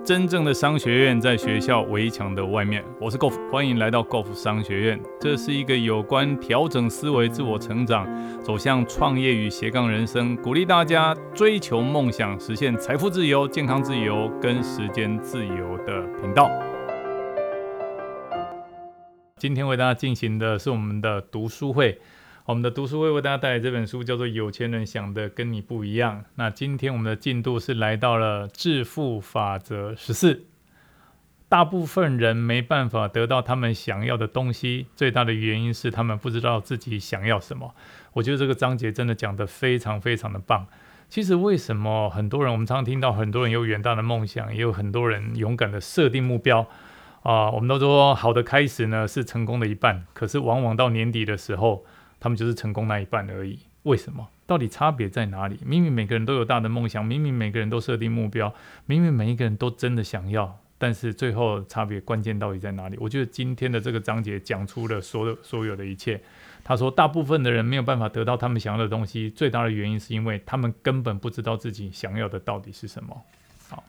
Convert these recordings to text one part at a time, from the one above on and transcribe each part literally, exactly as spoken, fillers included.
真正的商学院在学校围墙的外面。我是 Golf， 欢迎来到 Golf 商学院。这是一个有关调整思维、自我成长、走向创业与斜杠人生，鼓励大家追求梦想、实现财富自由、健康自由跟时间自由的频道。今天为大家进行的是我们的读书会。我们的读书会为大家带来这本书叫做《有钱人想的跟你不一样》。那今天我们的进度是来到了致富法则十四。大部分人没办法得到他们想要的东西，最大的原因是他们不知道自己想要什么。我觉得这个章节真的讲得非常非常的棒。其实为什么很多人，我们常常听到很多人有远大的梦想，也有很多人勇敢的设定目标啊、呃，我们都说好的开始呢是成功的一半，可是往往到年底的时候，他们就是成功那一半而已。为什么？到底差别在哪里？明明每个人都有大的梦想，明明每个人都设定目标，明明每一个人都真的想要，但是最后差别关键到底在哪里？我觉得今天的这个章节讲出了所有所有的一切。他说，大部分的人没有办法得到他们想要的东西，最大的原因是因为他们根本不知道自己想要的到底是什么。好，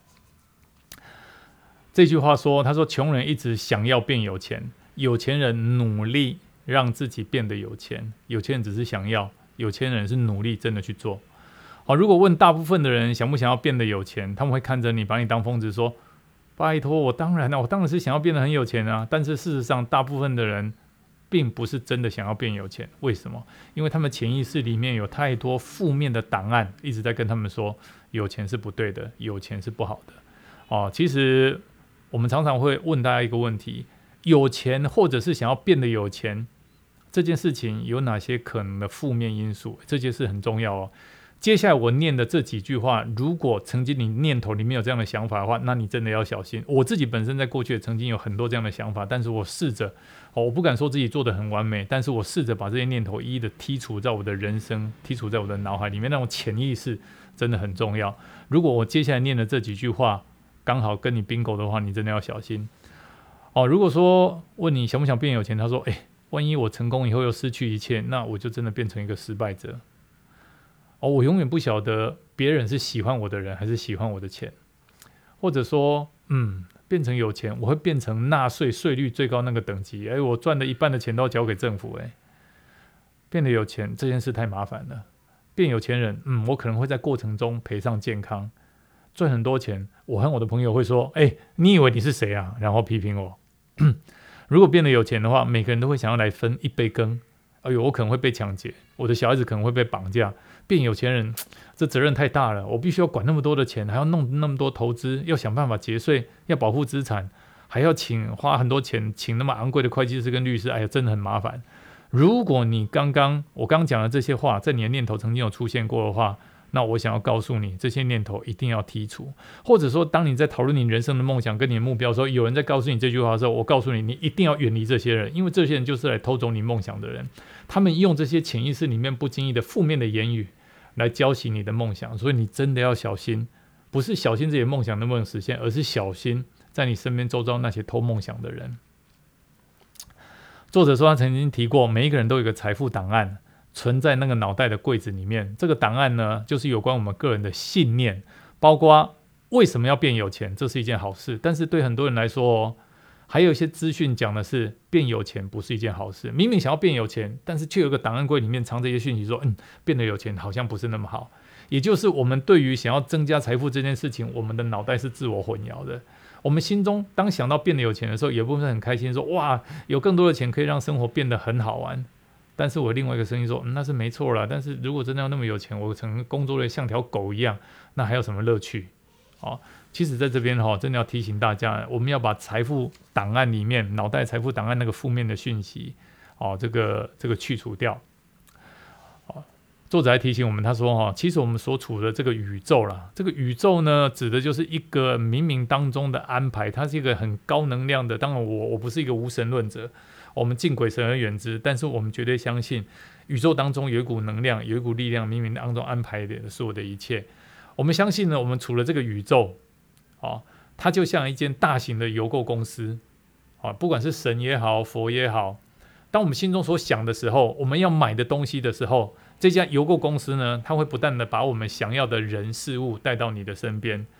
这句话说，他说穷人一直想要变有钱，有钱人努力让自己变得有钱。有钱人只是想要，有钱人是努力真的去做。好，如果问大部分的人想不想要变得有钱，他们会看着你，把你当疯子说，拜托，我当然啊，我当然是想要变得很有钱啊。但是事实上，大部分的人并不是真的想要变有钱。为什么？因为他们潜意识里面有太多负面的档案，一直在跟他们说，有钱是不对的，有钱是不好的。哦，其实我们常常会问大家一个问题，有钱或者是想要变得有钱，这件事情有哪些可能的负面因素？这件事很重要哦。接下来我念的这几句话，如果曾经你念头里面有这样的想法的话，那你真的要小心。我自己本身在过去也曾经有很多这样的想法，但是我试着、哦、我不敢说自己做得很完美，但是我试着把这些念头一一的剔除在我的人生，剔除在我的脑海里面，那种潜意识真的很重要。如果我接下来念的这几句话刚好跟你 bingo 的话，你真的要小心。哦，如果说问你想不想变有钱，他说，哎，万一我成功以后又失去一切，那我就真的变成一个失败者。哦，我永远不晓得别人是喜欢我的人还是喜欢我的钱，或者说，嗯，变成有钱，我会变成纳税税率最高那个等级，哎，我赚的一半的钱都要交给政府，哎，变得有钱这件事太麻烦了。变有钱人，嗯，我可能会在过程中赔上健康，赚很多钱，我和我的朋友会说，哎，你以为你是谁啊？然后批评我。如果变得有钱的话，每个人都会想要来分一杯羹。哎呦，我可能会被抢劫，我的小孩子可能会被绑架。变有钱人，这责任太大了，我必须要管那么多的钱，还要弄那么多投资，要想办法节税，要保护资产，还要请花很多钱请那么昂贵的会计师跟律师，哎呀，真的很麻烦。如果你刚刚我刚讲的这些话，在你的念头曾经有出现过的话，那我想要告诉你，这些念头一定要剔除。或者说，当你在讨论你人生的梦想跟你的目标的时候，有人在告诉你这句话的时候，我告诉你，你一定要远离这些人，因为这些人就是来偷走你梦想的人。他们用这些潜意识里面不经意的负面的言语来浇熄你的梦想，所以你真的要小心，不是小心自己的梦想能不能实现，而是小心在你身边周遭那些偷梦想的人。作者说，他曾经提过，每一个人都有一个财富档案存在那个脑袋的柜子里面，这个档案呢，就是有关我们个人的信念，包括为什么要变有钱，这是一件好事。但是对很多人来说、哦，还有一些资讯讲的是变有钱不是一件好事。明明想要变有钱，但是却有个档案柜里面藏着一些讯息说，嗯，变得有钱好像不是那么好。也就是我们对于想要增加财富这件事情，我们的脑袋是自我混淆的。我们心中当想到变得有钱的时候，有部分很开心说，哇，有更多的钱可以让生活变得很好玩。但是我另外一个声音说、嗯、那是没错啦，但是如果真的要那么有钱，我可能工作的像条狗一样，那还有什么乐趣？哦，其实在这边、哦、真的要提醒大家，我们要把财富档案里面脑袋财富档案那个负面的讯息、哦、这个这个去除掉、哦、作者还提醒我们，他说、哦、其实我们所处的这个宇宙啦，这个宇宙呢指的就是一个冥冥当中的安排，它是一个很高能量的。当然我我不是一个无神论者，我们敬鬼神而远之，但是我们绝对相信宇宙当中有一股能量，有一股力量冥冥当中安排的所有的一切。我们相信呢，我们除了这个宇宙、哦、它就像一间大型的邮购公司、哦、不管是神也好佛也好，当我们心中所想的时候，我们要买的东西的时候，这家邮购公司呢，它会不断的把我们想要的人事物带到你的身边。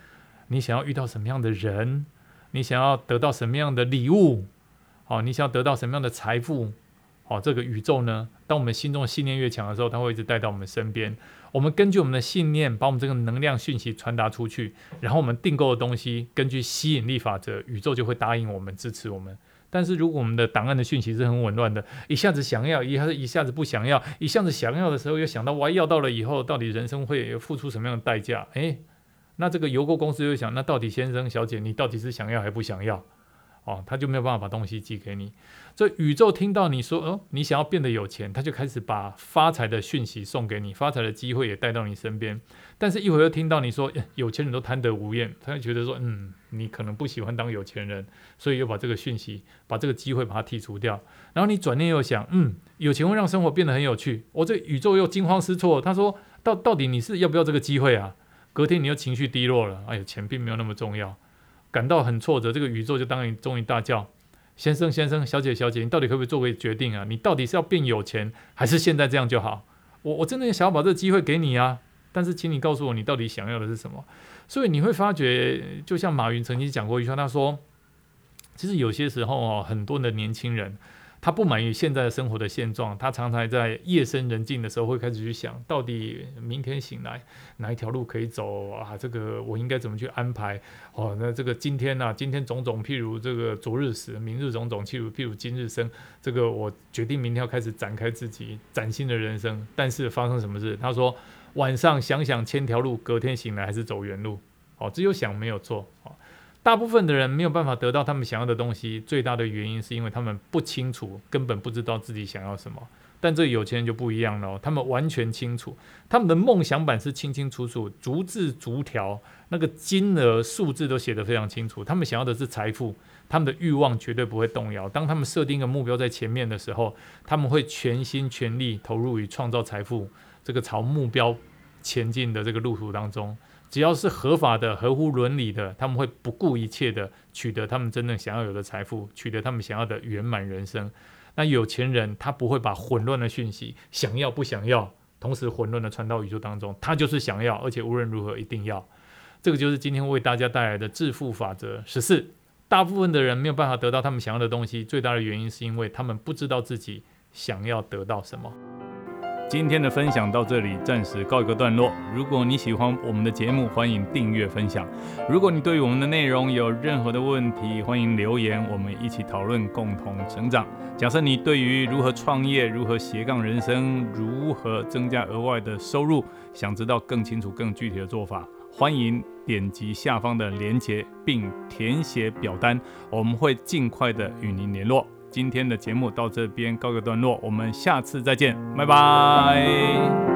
你想要遇到什么样的人，你想要得到什么样的礼物，哦，你想要得到什么样的财富，哦，这个宇宙呢，当我们心中的信念越强的时候，它会一直带到我们身边。我们根据我们的信念，把我们这个能量讯息传达出去，然后我们订购的东西，根据吸引力法则，宇宙就会答应我们，支持我们。但是如果我们的档案的讯息是很紊乱的，一下子想要，一下子一下子不想要，一下子想要的时候又想到，哇，要到了以后，到底人生会付出什么样的代价？诶，那这个邮购公司就会想，那到底先生小姐，你到底是想要还不想要？哦，他就没有办法把东西寄给你。所以宇宙听到你说，哦，你想要变得有钱，他就开始把发财的讯息送给你，发财的机会也带到你身边。但是，一会儿又听到你说，有钱人都贪得无厌，他就觉得说，嗯，你可能不喜欢当有钱人，所以又把这个讯息，把这个机会把它剔除掉。然后你转念又想，嗯，有钱会让生活变得很有趣。我、哦、这宇宙又惊慌失措，他说，到到底你是要不要这个机会啊？隔天你又情绪低落了，哎呀，钱并没有那么重要。感到很挫折，这个宇宙就当你终于大叫：先生先生，小姐小姐，你到底可不可以做个决定啊？你到底是要变有钱，还是现在这样就好？我我真的想要把这个机会给你啊，但是请你告诉我，你到底想要的是什么？所以你会发觉，就像马云曾经讲过一句话，他说，其实有些时候哦，很多的年轻人，他不满于现在的生活的现状，他常常在夜深人静的时候会开始去想，到底明天醒来哪一条路可以走啊？这个我应该怎么去安排？哦，那这个今天啊，今天种种，譬如这个昨日死，明日种种，譬如譬如今日生。这个我决定明天要开始展开自己崭新的人生。但是发生什么事？他说晚上想想千条路，隔天醒来还是走原路。哦，只有想没有做。哦，大部分的人没有办法得到他们想要的东西，最大的原因是因为他们不清楚，根本不知道自己想要什么。但这有钱人就不一样了，哦，他们完全清楚，他们的梦想版是清清楚楚，逐字逐条，那个金额数字都写得非常清楚。他们想要的是财富，他们的欲望绝对不会动摇。当他们设定一个目标在前面的时候，他们会全心全力投入于创造财富这个朝目标前进的这个路途当中。只要是合法的、合乎伦理的，他们会不顾一切的取得他们真正想要有的财富，取得他们想要的圆满人生。那有钱人他不会把混乱的讯息，想要不想要，同时混乱的传到宇宙当中，他就是想要，而且无论如何一定要。这个就是今天为大家带来的致富法则十四。大部分的人没有办法得到他们想要的东西，最大的原因是因为他们不知道自己想要得到什么。今天的分享到这里，暂时告一个段落。如果你喜欢我们的节目，欢迎订阅分享。如果你对于我们的内容有任何的问题，欢迎留言，我们一起讨论，共同成长。假设你对于如何创业、如何斜杠人生、如何增加额外的收入，想知道更清楚、更具体的做法，欢迎点击下方的连结，并填写表单，我们会尽快的与您联络。今天的节目到这边告个段落，我们下次再见，拜拜。